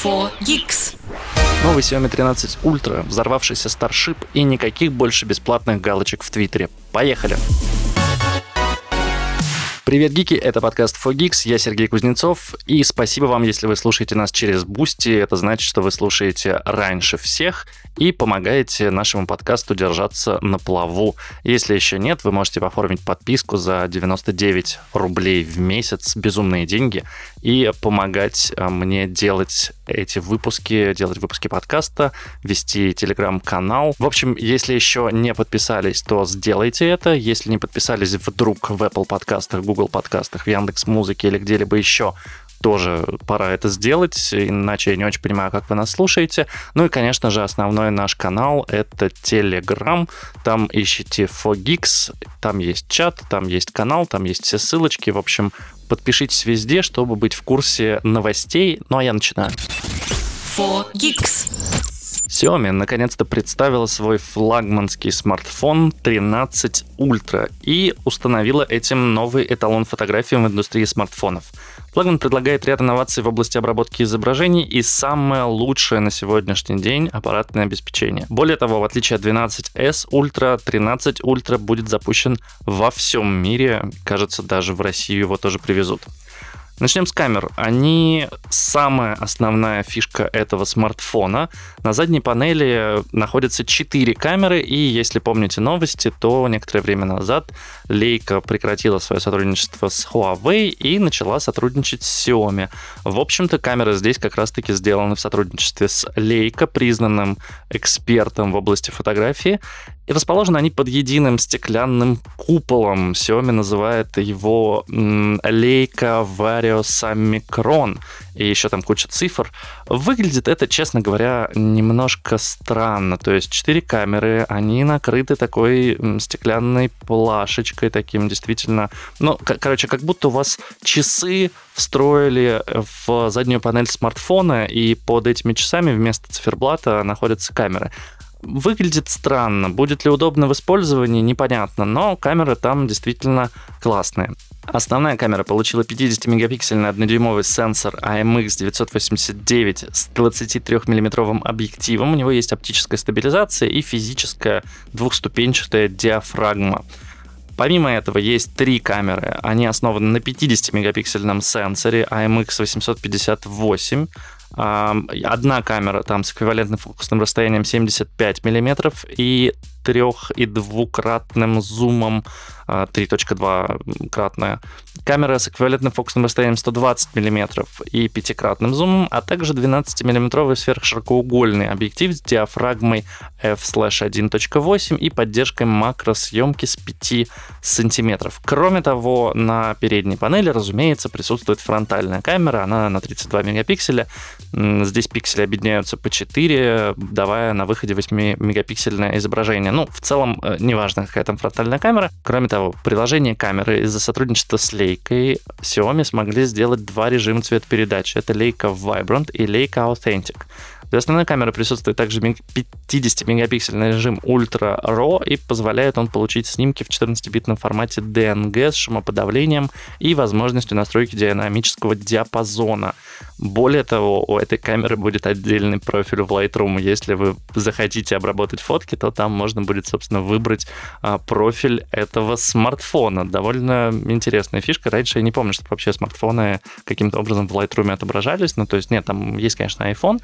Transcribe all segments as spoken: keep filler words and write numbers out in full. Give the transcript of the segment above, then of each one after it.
фор Geeks. Новый Xiaomi тринадцать Ultra, взорвавшийся Starship и никаких больше бесплатных галочек в Твиттере. Поехали! Привет, гики! Это подкаст фор Geeks, я Сергей Кузнецов, и спасибо вам, если вы слушаете нас через Boosty. Это значит, что вы слушаете раньше всех и помогаете нашему подкасту держаться на плаву. Если еще нет, вы можете оформить подписку за девяносто девять рублей в месяц, безумные деньги, и помогать мне делать эти выпуски, делать выпуски подкаста, вести телеграм-канал. В общем, если еще не подписались, то сделайте это. Если не подписались вдруг в Apple подкастах, Google подкастах, в Яндекс.Музыке или где-либо еще, тоже пора это сделать, иначе я не очень понимаю, как вы нас слушаете. Ну и, конечно же, основной наш канал — это Telegram. Там ищите фор Geeks, там есть чат, там есть канал, там есть все ссылочки. В общем, подпишитесь везде, чтобы быть в курсе новостей. Ну а я начинаю. фор Geeks. Xiaomi наконец-то представила свой флагманский смартфон тринадцать Ultra и установила этим новый эталон фотографии в индустрии смартфонов. Флагман предлагает ряд инноваций в области обработки изображений и самое лучшее на сегодняшний день — аппаратное обеспечение. Более того, в отличие от двенадцать эс Ultra, тринадцать Ultra будет запущен во всем мире. Кажется, даже в Россию его тоже привезут. Начнем с камер. Они самая основная фишка этого смартфона. На задней панели находятся четыре камеры, и если помните новости, то некоторое время назад Leica прекратила свое сотрудничество с Huawei и начала сотрудничать с Xiaomi. В общем-то, камеры здесь как раз-таки сделаны в сотрудничестве с Leica, признанным экспертом в области фотографии. И расположены они под единым стеклянным куполом. Xiaomi называет его Leica Vario Summicron. И еще там куча цифр. Выглядит это, честно говоря, немножко странно. То есть четыре камеры, они накрыты такой стеклянной плашечкой, таким действительно... Ну, к- короче, как будто у вас часы встроили в заднюю панель смартфона, и под этими часами вместо циферблата находятся камеры. Выглядит странно. Будет ли удобно в использовании, непонятно, но камеры там действительно классные. Основная камера получила пятидесятимегапиксельный однодюймовый сенсор ай эм икс девятьсот восемьдесят девять с двадцатитрёхмиллиметровым объективом. У него есть оптическая стабилизация и физическая двухступенчатая диафрагма. Помимо этого есть три камеры. Они основаны на пятидесятимегапиксельном сенсоре ай эм икс восемьсот пятьдесят восемь. Одна камера там с эквивалентным фокусным расстоянием семьдесят пять миллиметров и трех- и двукратным зумом, три точка два кратная. Камера с эквивалентным фокусным расстоянием сто двадцать миллиметров и пятикратным зумом, а также двенадцатимиллиметровый сверхширокоугольный объектив с диафрагмой эф один точка восемь и поддержкой макросъемки с пяти сантиметров. Кроме того, на передней панели, разумеется, присутствует фронтальная камера, она на тридцать два мегапикселя. Здесь пиксели объединяются по четыре, давая на выходе восьмимегапиксельное изображение. Ну, в целом, неважно, какая там фронтальная камера. Кроме того, приложение камеры из-за сотрудничества с Leica Xiaomi смогли сделать два режима цветопередачи. Это Leica Vibrant и Leica Authentic. Для основной камеры присутствует также пятидесятимегапиксельный режим Ultra RAW, и позволяет он получить снимки в четырнадцатибитном формате ди эн джи с шумоподавлением и возможностью настройки динамического диапазона. Более того, у этой камеры будет отдельный профиль в Lightroom. Если вы захотите обработать фотки, то там можно будет, собственно, выбрать а, профиль этого смартфона. Довольно интересная фишка. Раньше я не помню, что вообще смартфоны каким-то образом в Lightroom отображались. Ну, то есть, нет, там есть, конечно, iPhone,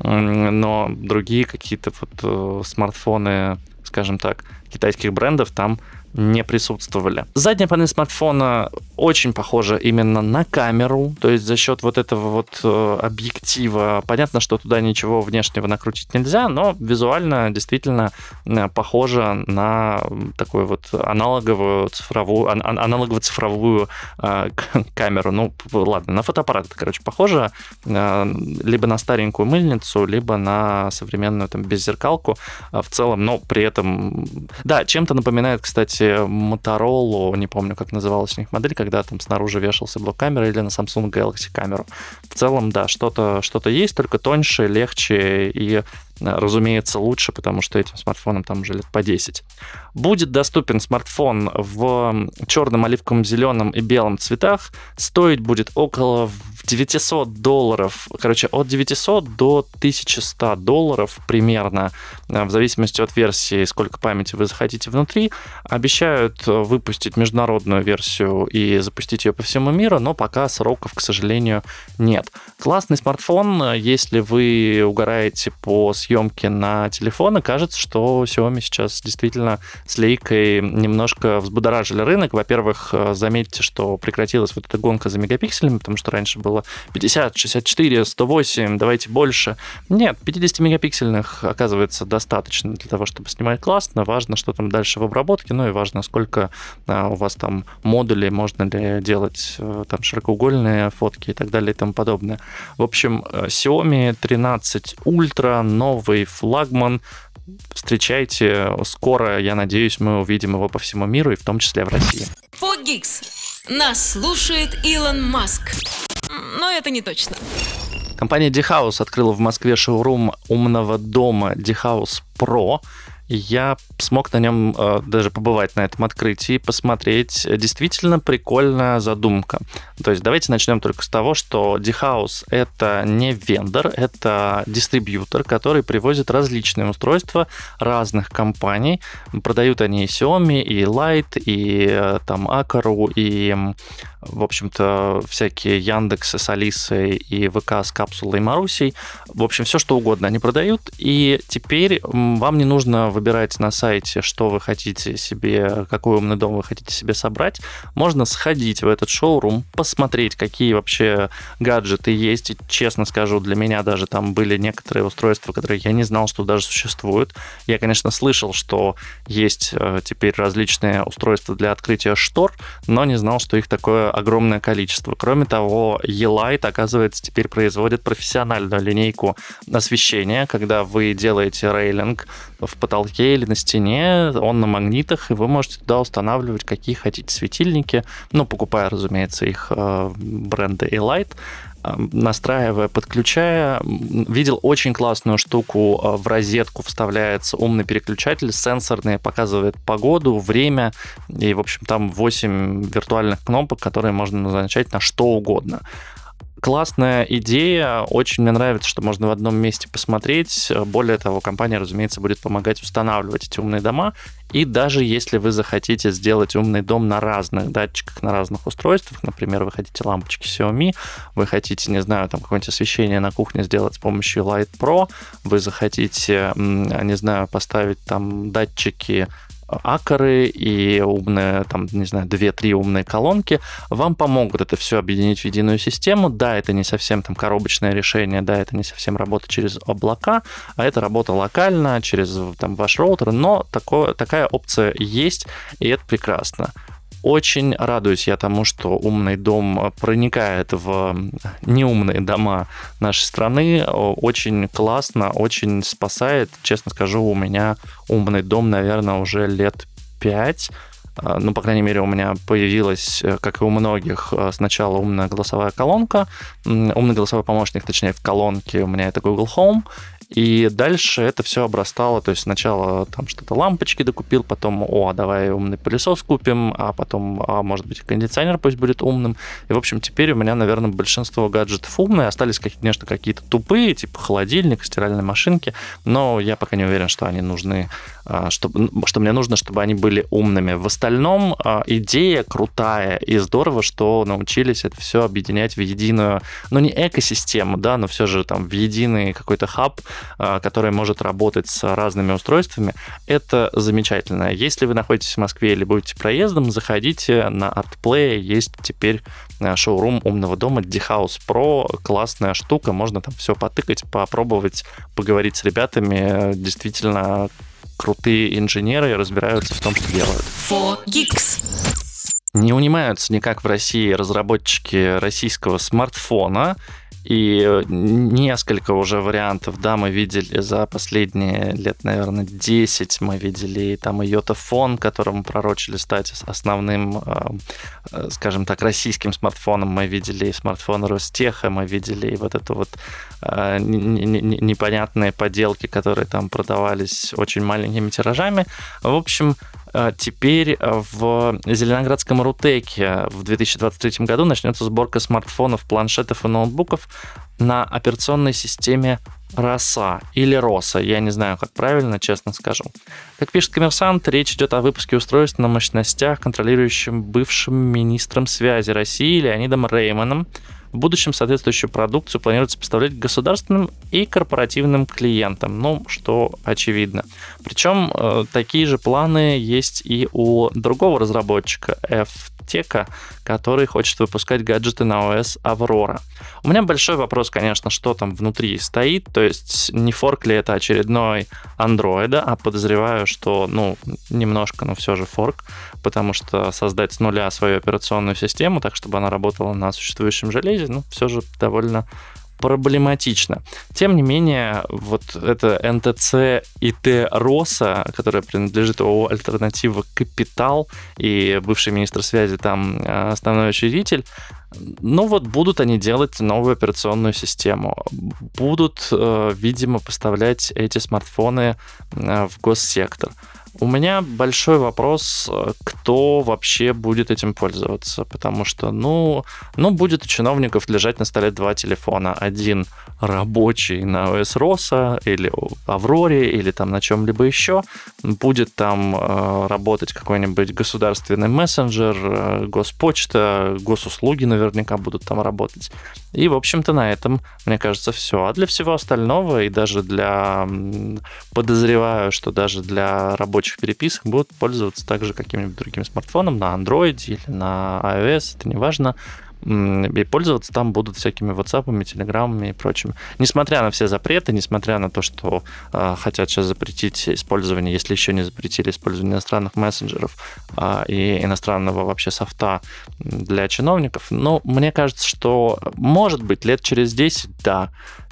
но другие какие-то вот смартфоны, скажем так, китайских брендов там не присутствовали. Задняя панель смартфона очень похожа именно на камеру, то есть за счет вот этого вот объектива. Понятно, что туда ничего внешнего накрутить нельзя, но визуально действительно похоже на такую вот аналоговую цифровую, ан- аналогово-цифровую э, камеру. Ну, ладно, на фотоаппарат это, короче, похоже. Э, либо на старенькую мыльницу, либо на современную там беззеркалку э, в целом, но при этом... Да, чем-то напоминает, кстати, Motorola, не помню, как называлась у них модель, когда там снаружи вешался блок камеры, или на Samsung Galaxy камеру. В целом, да, что-то, что-то есть, только тоньше, легче и, разумеется, лучше, потому что этим смартфоном там уже лет по десять. Будет доступен смартфон в черном, оливковом, зеленом и белом цветах. Стоить будет около девятьсот долларов, короче, от девятисот до тысячи ста долларов примерно, в зависимости от версии, сколько памяти вы захотите внутри. Обещают выпустить международную версию и запустить ее по всему миру, но пока сроков, к сожалению, нет. Классный смартфон, если вы угораете по съемке на телефоны, кажется, что Xiaomi сейчас действительно с лейкой немножко взбудоражили рынок. Во-первых, заметьте, что прекратилась вот эта гонка за мегапикселями, потому что раньше было пятьдесят, шестьдесят четыре, сто восемь, давайте больше. Нет, пятидесятимегапиксельных оказывается достаточно для того, чтобы снимать классно. Важно, что там дальше в обработке, ну и важно, сколько а, у вас там модулей, можно ли делать там широкоугольные фотки и так далее и тому подобное. В общем, Xiaomi тринадцать Ultra, новый флагман. Встречайте. Скоро, я надеюсь, мы увидим его по всему миру, и в том числе в России. фор гикс. Нас слушает Илон Маск. Но это не точно. Компания D-House открыла в Москве шоурум умного дома D-House Pro. Я смог на нем э, даже побывать на этом открытии, посмотреть. Действительно прикольная задумка. То есть давайте начнем только с того, что D-House — это не вендор, это дистрибьютор, который привозит различные устройства разных компаний. Продают они и Xiaomi, и Light, и э, там Acorу, и, в общем-то, всякие Яндексы с Алисой, и ВК с Капсулой и Марусей. В общем, все что угодно они продают. И теперь вам не нужно выбирать на сайте, что вы хотите себе, какой умный дом вы хотите себе собрать. Можно сходить в этот шоурум, посмотреть, какие вообще гаджеты есть. И, честно скажу, для меня даже там были некоторые устройства, которые я не знал, что даже существуют. Я, конечно, слышал, что есть теперь различные устройства для открытия штор, но не знал, что их такое огромное количество. Кроме того, E-Light, оказывается, теперь производит профессиональную линейку освещения, когда вы делаете рейлинг в потолке или на стене, он на магнитах, и вы можете туда устанавливать какие хотите светильники, ну, покупая, разумеется, их э, бренда E-Light, настраивая, подключая. Видел очень классную штуку. В розетку вставляется умный переключатель сенсорный, показывает погоду, время, и, в общем, там восемь виртуальных кнопок, которые можно назначать на что угодно. Классная идея, очень мне нравится, что можно в одном месте посмотреть. Более того, компания, разумеется, будет помогать устанавливать эти умные дома. И даже если вы захотите сделать умный дом на разных датчиках, на разных устройствах, например, вы хотите лампочки Xiaomi, вы хотите, не знаю, там какое-нибудь освещение на кухне сделать с помощью Light Pro, вы захотите, не знаю, поставить там датчики Акоры и умные, там, не знаю, две-три умные колонки, вам помогут это все объединить в единую систему. Да, это не совсем там коробочное решение, да, это не совсем работа через облака, а это работа локально, через там ваш роутер, но такое, такая опция есть, и это прекрасно. Очень радуюсь я тому, что умный дом проникает в неумные дома нашей страны. Очень классно, очень спасает. Честно скажу, у меня умный дом, наверное, уже лет пять. Ну, по крайней мере, у меня появилась, как и у многих, сначала умная голосовая колонка, умный голосовой помощник, точнее, в колонке у меня это Google Home, и дальше это все обрастало, то есть сначала там что-то лампочки докупил, потом, о, давай умный пылесос купим, а потом, а, может быть, кондиционер пусть будет умным. И, в общем, теперь у меня, наверное, большинство гаджетов умные, остались, конечно, какие-то тупые, типа холодильник, стиральные машинки, но я пока не уверен, что они нужны, чтобы, что мне нужно, чтобы они были умными. В остальном идея крутая, и здорово, что научились это все объединять в единую, ну, не экосистему, да, но все же там в единый какой-то хаб, который может работать с разными устройствами. Это замечательно. Если вы находитесь в Москве или будете проездом, заходите на ArtPlay. Есть теперь шоурум умного дома D-House Pro. Классная штука. Можно там все потыкать, попробовать, поговорить с ребятами. Действительно крутые инженеры разбираются в том, что делают. фор гикс. Не унимаются никак в России разработчики российского смартфона. И несколько уже вариантов, да, мы видели за последние лет, наверное, десять, мы видели там и Йотафон, которому пророчили стать основным, скажем так, российским смартфоном, мы видели и смартфон Ростеха, мы видели и вот эту вот непонятные поделки, которые там продавались очень маленькими тиражами. В общем, теперь в Зеленоградском Рутеке в две тысячи двадцать третьем году начнется сборка смартфонов, планшетов и ноутбуков на операционной системе Роса или Роса, я не знаю, как правильно, честно скажу. Как пишет «Коммерсант», речь идет о выпуске устройств на мощностях, контролирующим бывшим министром связи России Леонидом Рейманом. В будущем соответствующую продукцию планируется поставлять государственным и корпоративным клиентам, ну, что очевидно. Причем э, такие же планы есть и у другого разработчика, F-Tech, который хочет выпускать гаджеты на о эс Aurora. У меня большой вопрос, конечно, что там внутри стоит, то есть не форк ли это очередной Android, а подозреваю, что, ну, немножко, но все же форк, потому что создать с нуля свою операционную систему, так, чтобы она работала на существующем железе, ну, все же довольно проблематично. Тем не менее, вот это эн тэ цэ и тэ Роса, которая принадлежит ООО «Альтернатива Капитал», и бывший министр связи там основной учредитель, ну вот будут они делать новую операционную систему. Будут, видимо, поставлять эти смартфоны в госсектор. У меня большой вопрос, кто вообще будет этим пользоваться, потому что, ну, ну, будет у чиновников лежать на столе два телефона. Один рабочий на о эс Роса или Авроре, или там на чем-либо еще. Будет там э, работать какой-нибудь государственный мессенджер, э, госпочта, госуслуги наверняка будут там работать. И, в общем-то, на этом, мне кажется, все. А для всего остального, и даже для, подозреваю, что даже для рабочих переписок будут пользоваться также каким-нибудь другим смартфоном на Android или на iOS, это не важно. И пользоваться там будут всякими WhatsApp'ами, Телеграмами и прочим. Несмотря на все запреты, несмотря на то, что э, хотят сейчас запретить использование, если еще не запретили использование иностранных мессенджеров э, и иностранного вообще софта для чиновников, но мне кажется, что, может быть, лет через десять, да,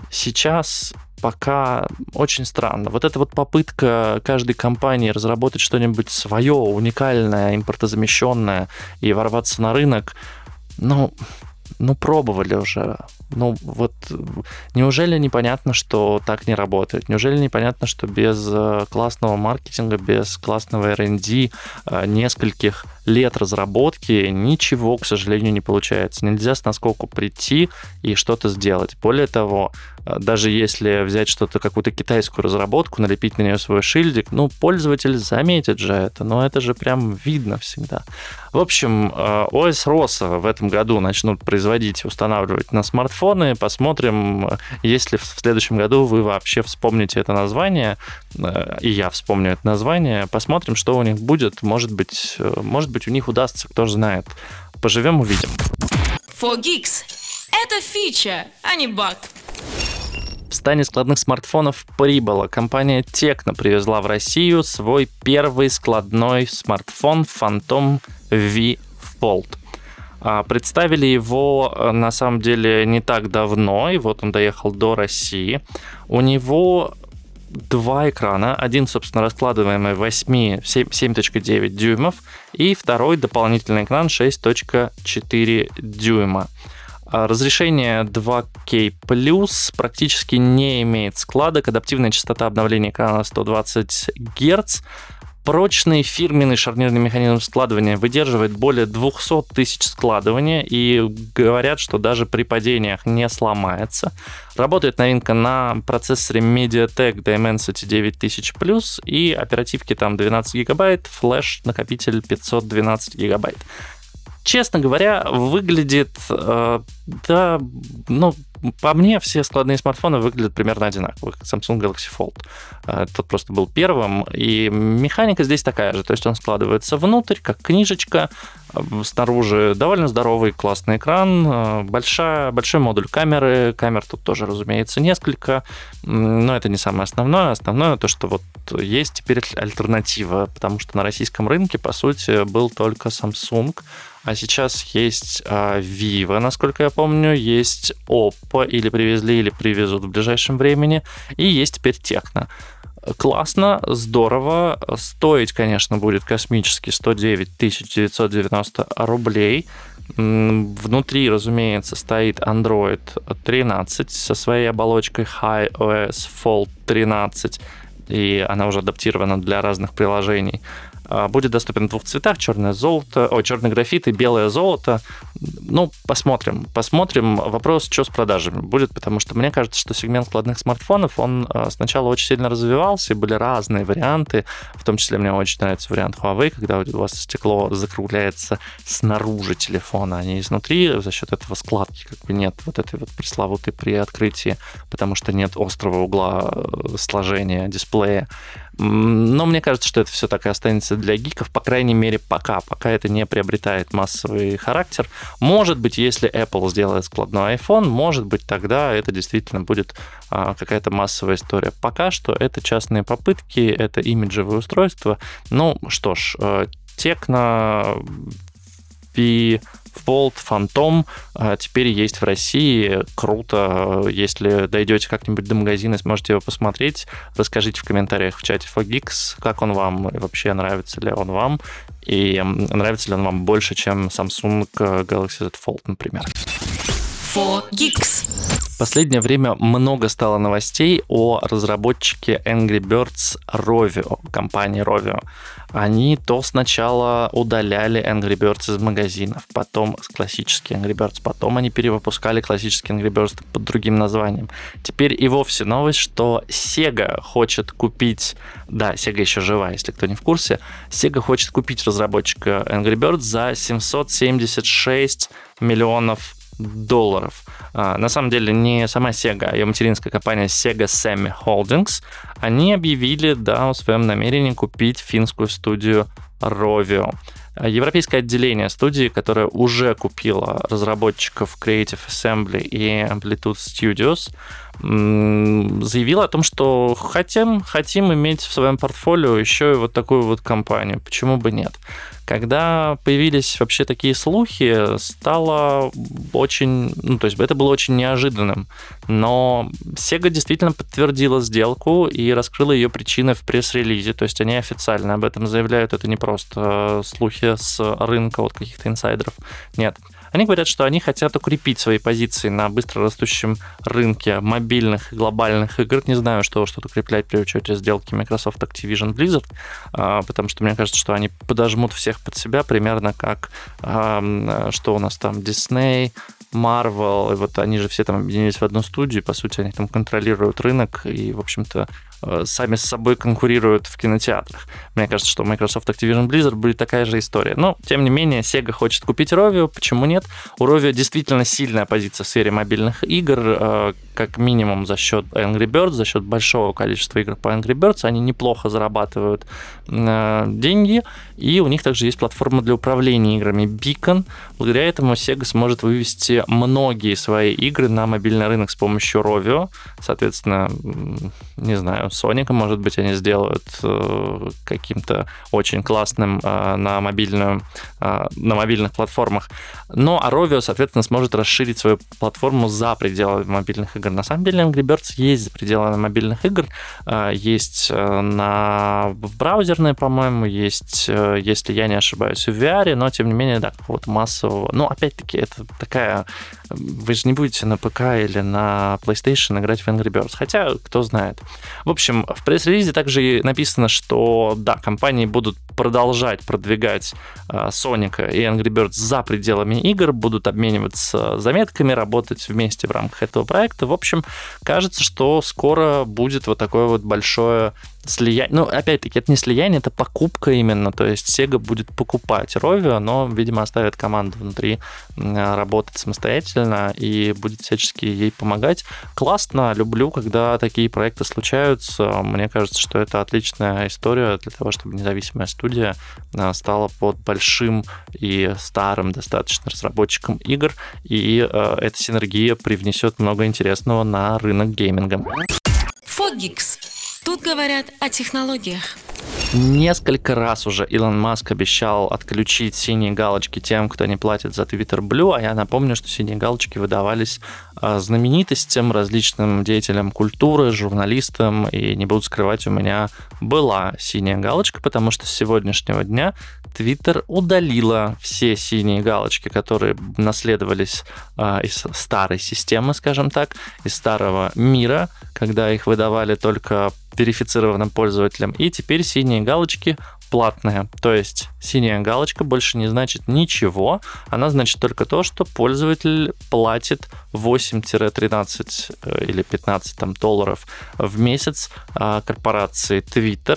сейчас пока очень странно. Вот эта вот попытка каждой компании разработать что-нибудь свое, уникальное, импортозамещенное и ворваться на рынок, ну, ну, пробовали уже. Ну, вот неужели непонятно, что так не работает? Неужели непонятно, что без классного маркетинга, без классного эр энд ди, нескольких лет разработки ничего, к сожалению, не получается. Нельзя с наскоку прийти и что-то сделать. Более того, даже если взять что-то, какую-то китайскую разработку, налепить на нее свой шильдик, ну, пользователь заметит же это, но это же прям видно всегда. В общем, о эс Роса в этом году начнут производить и устанавливать на смартфоны. Посмотрим, если в следующем году вы вообще вспомните это название, и я вспомню это название, посмотрим, что у них будет. Может быть, может быть, у них удастся, кто же знает. Поживем, увидим. фор гикс. Это фича, а не баг. В стане складных смартфонов прибыло. Компания Tecno привезла в Россию свой первый складной смартфон Phantom ви Fold. Представили его, на самом деле, не так давно, и вот он доехал до России. У него два экрана. Один, собственно, раскладываемый восемь, семь точка девять дюймов, и второй дополнительный экран шесть точка четыре дюйма. Разрешение два кей плюс, практически не имеет складок, адаптивная частота обновления экрана сто двадцать герц. Прочный фирменный шарнирный механизм складывания выдерживает более двести тысяч складывания, и говорят, что даже при падениях не сломается. Работает новинка на процессоре MediaTek Dimensity девять тысяч плюс, и оперативки там двенадцать гигабайт, флеш-накопитель пятьсот двенадцать гигабайт. Честно говоря, выглядит, э, да, ну, по мне все складные смартфоны выглядят примерно одинаково, как Samsung Galaxy Fold. Э, тот просто был первым, и механика здесь такая же, то есть он складывается внутрь, как книжечка, э, снаружи довольно здоровый классный экран, э, большая, большой модуль камеры, камер тут тоже, разумеется, несколько, но это не самое основное, основное то, что вот есть теперь альтернатива, потому что на российском рынке, по сути, был только Samsung. А сейчас есть а, Vivo, насколько я помню, есть Oppo, или привезли, или привезут в ближайшем времени, и есть теперь Tecno. Классно, здорово, стоить, конечно, будет космически сто девять тысяч девятьсот девяносто рублей. Внутри, разумеется, стоит Android тринадцать со своей оболочкой HiOS Fold тринадцать, и она уже адаптирована для разных приложений. Будет доступен в двух цветах: черное золото, о, черный графит и белое золото. Ну, посмотрим. Посмотрим. Вопрос, что с продажами будет, потому что мне кажется, что сегмент складных смартфонов, он сначала очень сильно развивался, и были разные варианты. В том числе мне очень нравится вариант Huawei, когда у вас стекло закругляется снаружи телефона, а не изнутри. За счет этого складки как бы нет вот этой вот пресловутой при открытии, потому что нет острого угла сложения дисплея. Но мне кажется, что это все так и останется для гиков, по крайней мере, пока. Пока это не приобретает массовый характер. Может быть, если Apple сделает складной iPhone, может быть, тогда это действительно будет а, какая-то массовая история. Пока что это частные попытки, это имиджевые устройства. Ну, что ж, Tecno и Fold, Phantom теперь есть в России. Круто. Если дойдете как-нибудь до магазина, сможете его посмотреть. Расскажите в комментариях в чате фор гикс, как он вам, и вообще нравится ли он вам, и нравится ли он вам больше, чем Samsung Galaxy Z Fold, например. фор гикс. В последнее время много стало новостей о разработчике Angry Birds Rovio, компании Rovio. Они то сначала удаляли Angry Birds из магазинов, потом классический Angry Birds, потом они перевыпускали классический Angry Birds под другим названием. Теперь и вовсе новость, что Sega хочет купить... Да, Sega еще жива, если кто не в курсе. Sega хочет купить разработчика Angry Birds за семьсот семьдесят шесть миллионов долларов. А, на самом деле не сама Sega, а ее материнская компания Sega Sammy Holdings, они объявили, да, о своем намерении купить финскую студию Rovio. Европейское отделение студии, которое уже купило разработчиков Creative Assembly и Amplitude Studios, заявила о том, что хотим, хотим иметь в своем портфолио еще и вот такую вот компанию. Почему бы нет? Когда появились вообще такие слухи, стало очень... Ну, то есть это было очень неожиданным. Но Sega действительно подтвердила сделку и раскрыла ее причины в пресс-релизе. То есть они официально об этом заявляют. Это не просто слухи с рынка от каких-то инсайдеров. Нет. Они говорят, что они хотят укрепить свои позиции на быстро растущем рынке мобильных и глобальных игр. Не знаю, что что-то укреплять при учете сделки Microsoft Activision Blizzard, потому что мне кажется, что они подожмут всех под себя, примерно как что у нас там Disney, Marvel, и вот они же все там объединились в одну студию, и, по сути, они там контролируют рынок и, в общем-то, сами с собой конкурируют в кинотеатрах. Мне кажется, что у Microsoft Activision Blizzard будет такая же история. Но, тем не менее, Sega хочет купить Rovio. Почему нет? У Rovio действительно сильная позиция в сфере мобильных игр, как минимум за счет Angry Birds, за счет большого количества игр по Angry Birds. Они неплохо зарабатывают деньги, и у них также есть платформа для управления играми Beacon. Благодаря этому Sega сможет вывести многие свои игры на мобильный рынок с помощью Rovio. Соответственно, не знаю, Соника, может быть, они сделают э, каким-то очень классным э, на, мобильную, э, на мобильных платформах. Но а Rovio, соответственно, сможет расширить свою платформу за пределы мобильных игр. На самом деле Angry Birds есть за пределами мобильных игр. Э, есть э, на, в браузерной, по-моему, есть, э, если я не ошибаюсь, в ви ар, но, тем не менее, да, какого-то массового. Ну, опять-таки, это такая... Вы же не будете на ПК или на PlayStation играть в Angry Birds. Хотя, кто знает. В общем, в пресс-релизе также написано, что да, компании будут продолжать продвигать Соника и Angry Birds за пределами игр, будут обмениваться заметками, работать вместе в рамках этого проекта. В общем, кажется, что скоро будет вот такое вот большое слияние. Ну, опять-таки, это не слияние, это покупка именно. То есть Sega будет покупать Rovio, но, видимо, оставит команду внутри работать самостоятельно и будет всячески ей помогать. Классно, люблю, когда такие проекты случаются. Мне кажется, что это отличная история для того, чтобы независимая студия стала под большим и старым достаточно разработчиком игр, и эта синергия привнесет много интересного на рынок гейминга. фор гикс. Тут говорят о технологиях. Несколько раз уже Илон Маск обещал отключить синие галочки тем, кто не платит за Twitter Blue, а я напомню, что синие галочки выдавались знаменитостям, различным деятелям культуры, журналистам, и не буду скрывать, у меня была синяя галочка, потому что с сегодняшнего дня Twitter удалила все синие галочки, которые наследовались из старой системы, скажем так, из старого мира, когда их выдавали только верифицированным пользователям, и теперь синие галочки бесплатная. То есть синяя галочка больше не значит ничего. Она значит только то, что пользователь платит восемь-тринадцать или пятнадцать там, долларов в месяц корпорации Twitter.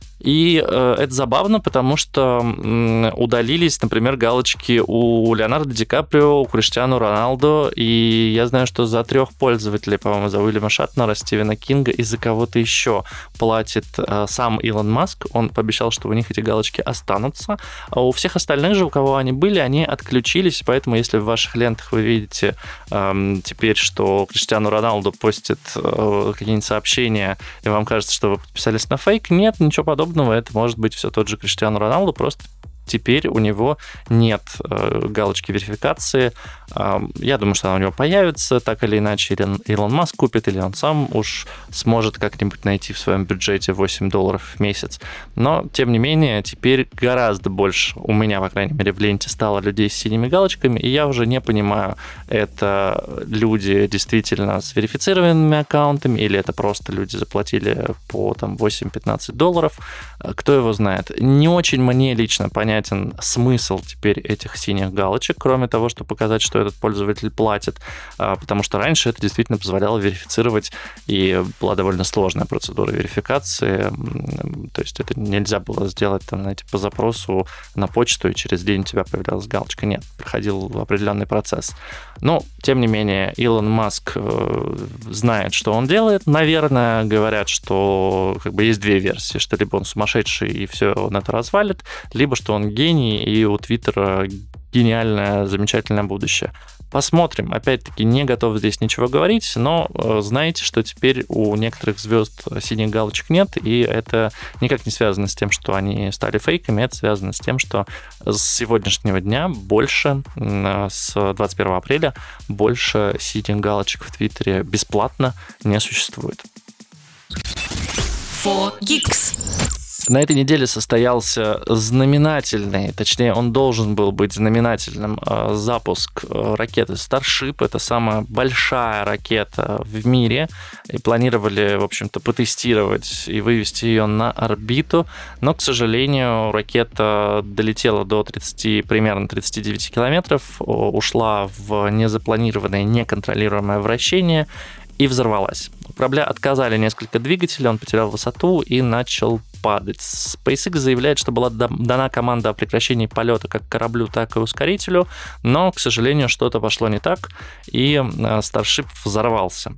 И э, это забавно, потому что м, удалились, например, галочки у Леонардо Ди Каприо, у Криштиану Роналдо, и я знаю, что за трех пользователей, по-моему, за Уильяма Шатнера, Стивена Кинга и за кого-то еще платит э, сам Илон Маск. Он пообещал, что у них эти галочки останутся. А у всех остальных же, у кого они были, они отключились, поэтому если в ваших лентах вы видите э, теперь, что Криштиану Роналдо постит э, какие-нибудь сообщения, и вам кажется, что вы подписались на фейк, нет, ничего подобного. Это может быть все тот же Криштиану Роналду, просто теперь у него нет э, галочки верификации. Э, я думаю, что она у него появится, так или иначе, или Илон Маск купит, или он сам уж сможет как-нибудь найти в своем бюджете восемь долларов в месяц. Но, тем не менее, теперь гораздо больше у меня, по крайней мере, в ленте стало людей с синими галочками, и я уже не понимаю, это люди действительно с верифицированными аккаунтами, или это просто люди заплатили по там, восемь-пятнадцать долларов. Кто его знает. Не очень мне лично понятно, понятен смысл теперь этих синих галочек, кроме того, что показать, что этот пользователь платит, потому что раньше это действительно позволяло верифицировать, и была довольно сложная процедура верификации, то есть это нельзя было сделать, там, знаете, по запросу на почту, и через день у тебя появлялась галочка. Нет, проходил определенный процесс. Но, тем не менее, Илон Маск знает, что он делает. Наверное, говорят, что как бы есть две версии, что либо он сумасшедший и все он это развалит, либо что он гений, и у Твиттера гениальное, замечательное будущее. Посмотрим. Опять-таки, не готов здесь ничего говорить, но знаете, что теперь у некоторых звезд синих галочек нет, и это никак не связано с тем, что они стали фейками, это связано с тем, что с сегодняшнего дня больше, с двадцать первого апреля, больше синих галочек в Твиттере бесплатно не существует. фор гикс. На этой неделе состоялся знаменательный, точнее, он должен был быть знаменательным, запуск ракеты Starship. Это самая большая ракета в мире. И планировали, в общем-то, потестировать и вывести ее на орбиту. Но, к сожалению, ракета долетела до тридцати, примерно тридцати девяти километров, ушла в незапланированное, неконтролируемое вращение и взорвалась. У корабля отказали несколько двигателей, он потерял высоту и начал падать. SpaceX заявляет, что была дана команда о прекращении полета как кораблю, так и ускорителю, но, к сожалению, что-то пошло не так, и Starship взорвался.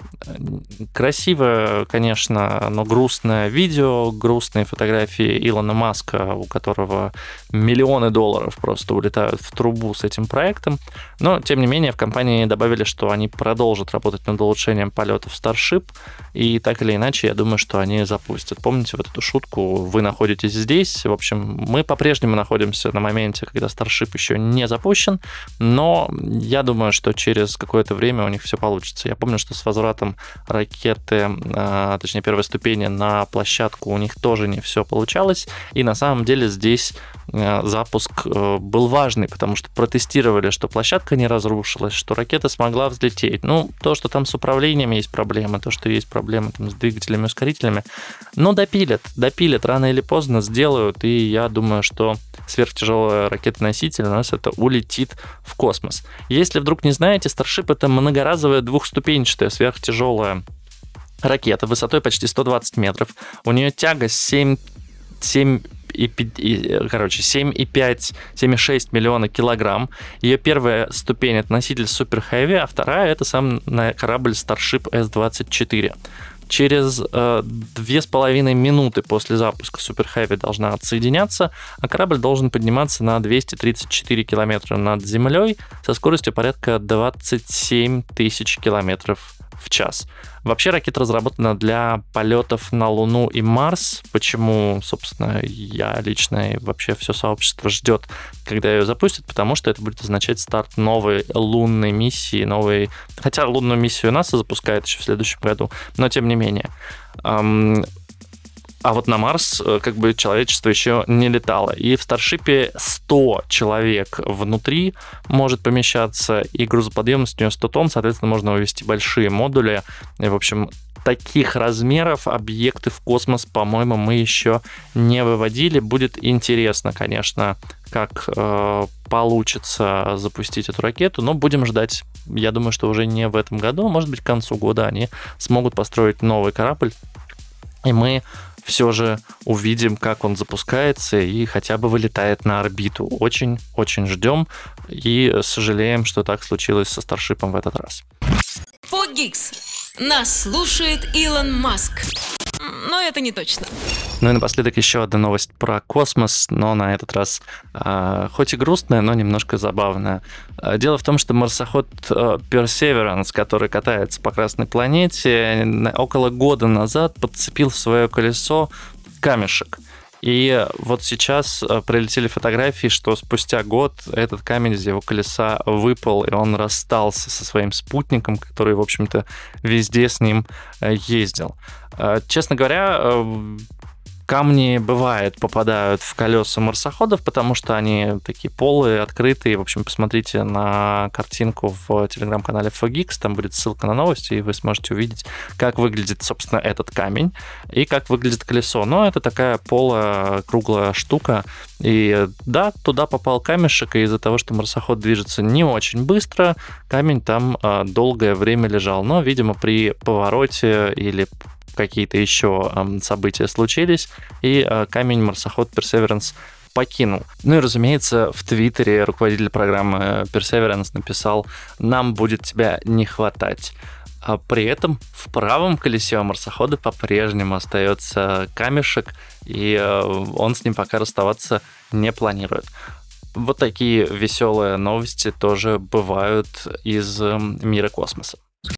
Красивое, конечно, но грустное видео, грустные фотографии Илона Маска, у которого миллионы долларов просто улетают в трубу с этим проектом, но, тем не менее, в компании добавили, что они продолжат работать над улучшением полетов Starship, и так или иначе, я думаю, что они запустят. Помните вот эту шутку? Вы находитесь здесь. В общем, мы по-прежнему находимся на моменте, когда Starship еще не запущен, но я думаю, что через какое-то время у них все получится. Я помню, что с возвратом ракеты, точнее, первой ступени на площадку у них тоже не все получалось, и на самом деле здесь запуск был важный, потому что протестировали, что площадка не разрушилась, что ракета смогла взлететь. Ну, то, что там с управлением есть проблемы, то, что есть проблемы там, с двигателями, ускорителями, но допилят, допилят, рано или поздно сделают, и я думаю, что сверхтяжелая ракета-носитель у нас это улетит в космос. Если вдруг не знаете, Starship — это многоразовая двухступенчатая сверхтяжелая ракета высотой почти сто двадцать метров. У нее тяга семь, семь И, и, короче, семь и пять, семь и шесть миллиона килограмм. Ее первая ступень — это носитель Super Heavy, а вторая — это сам корабль Starship эс двадцать четыре. Через э, две с половиной минуты после запуска Super Heavy должна отсоединяться, а корабль должен подниматься на двести тридцать четыре километра над землей со скоростью порядка двадцать семь тысяч километров в час. Вообще ракета разработана для полетов на Луну и Марс. Почему, собственно, я лично и вообще все сообщество ждет, когда ее запустят? Потому что это будет означать старт новой лунной миссии, новой... Хотя лунную миссию НАСА запускает еще в следующем году, но тем не менее. А вот на Марс как бы человечество еще не летало. И в Старшипе сто человек внутри может помещаться, и грузоподъемность у нее сто тонн, соответственно, можно вывести большие модули. И, в общем, таких размеров объекты в космос, по-моему, мы еще не выводили. Будет интересно, конечно, как э, получится запустить эту ракету, но будем ждать. Я думаю, что уже не в этом году, может быть, к концу года они смогут построить новый корабль, и мы все же увидим, как он запускается и хотя бы вылетает на орбиту. Очень-очень ждем и сожалеем, что так случилось со Старшипом в этот раз. фор Geeks. Нас слушает Илон Маск. Но это не точно. Ну и напоследок еще одна новость про космос, но на этот раз э, хоть и грустная, но немножко забавная. Дело в том, что марсоход э, Perseverance, который катается по Красной планете, около года назад подцепил в свое колесо камешек. И вот сейчас прилетели фотографии, что спустя год этот камень из его колеса выпал, и он расстался со своим спутником, который, в общем-то, везде с ним ездил. Честно говоря, камни, бывает, попадают в колеса марсоходов, потому что они такие полые, открытые. В общем, посмотрите на картинку в телеграм-канале фор Geeks, там будет ссылка на новости, и вы сможете увидеть, как выглядит, собственно, этот камень и как выглядит колесо. Но это такая полая, круглая штука. И да, туда попал камешек, и из-за того, что марсоход движется не очень быстро, камень там долгое время лежал. Но, видимо, при повороте или какие-то еще э, события случились, и э, камень марсоход Perseverance покинул. Ну и, разумеется, в Твиттере руководитель программы Perseverance написал: «Нам будет тебя не хватать». А при этом в правом колесе марсохода по-прежнему остается камешек, и э, он с ним пока расставаться не планирует. Вот такие веселые новости тоже бывают из э, мира космоса.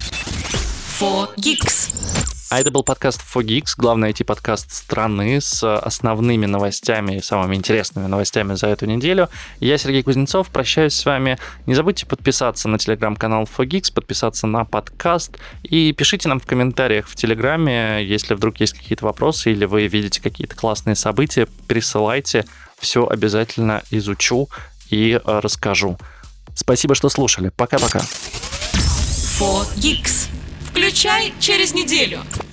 фор Geeks. А это был подкаст фор Geeks, главный ай ти-подкаст страны с основными новостями и самыми интересными новостями за эту неделю. Я Сергей Кузнецов, прощаюсь с вами. Не забудьте подписаться на телеграм-канал фор Geeks, подписаться на подкаст и пишите нам в комментариях в Телеграме, если вдруг есть какие-то вопросы или вы видите какие-то классные события, присылайте, все обязательно изучу и расскажу. Спасибо, что слушали. Пока-пока. фор Geeks. Включай через неделю.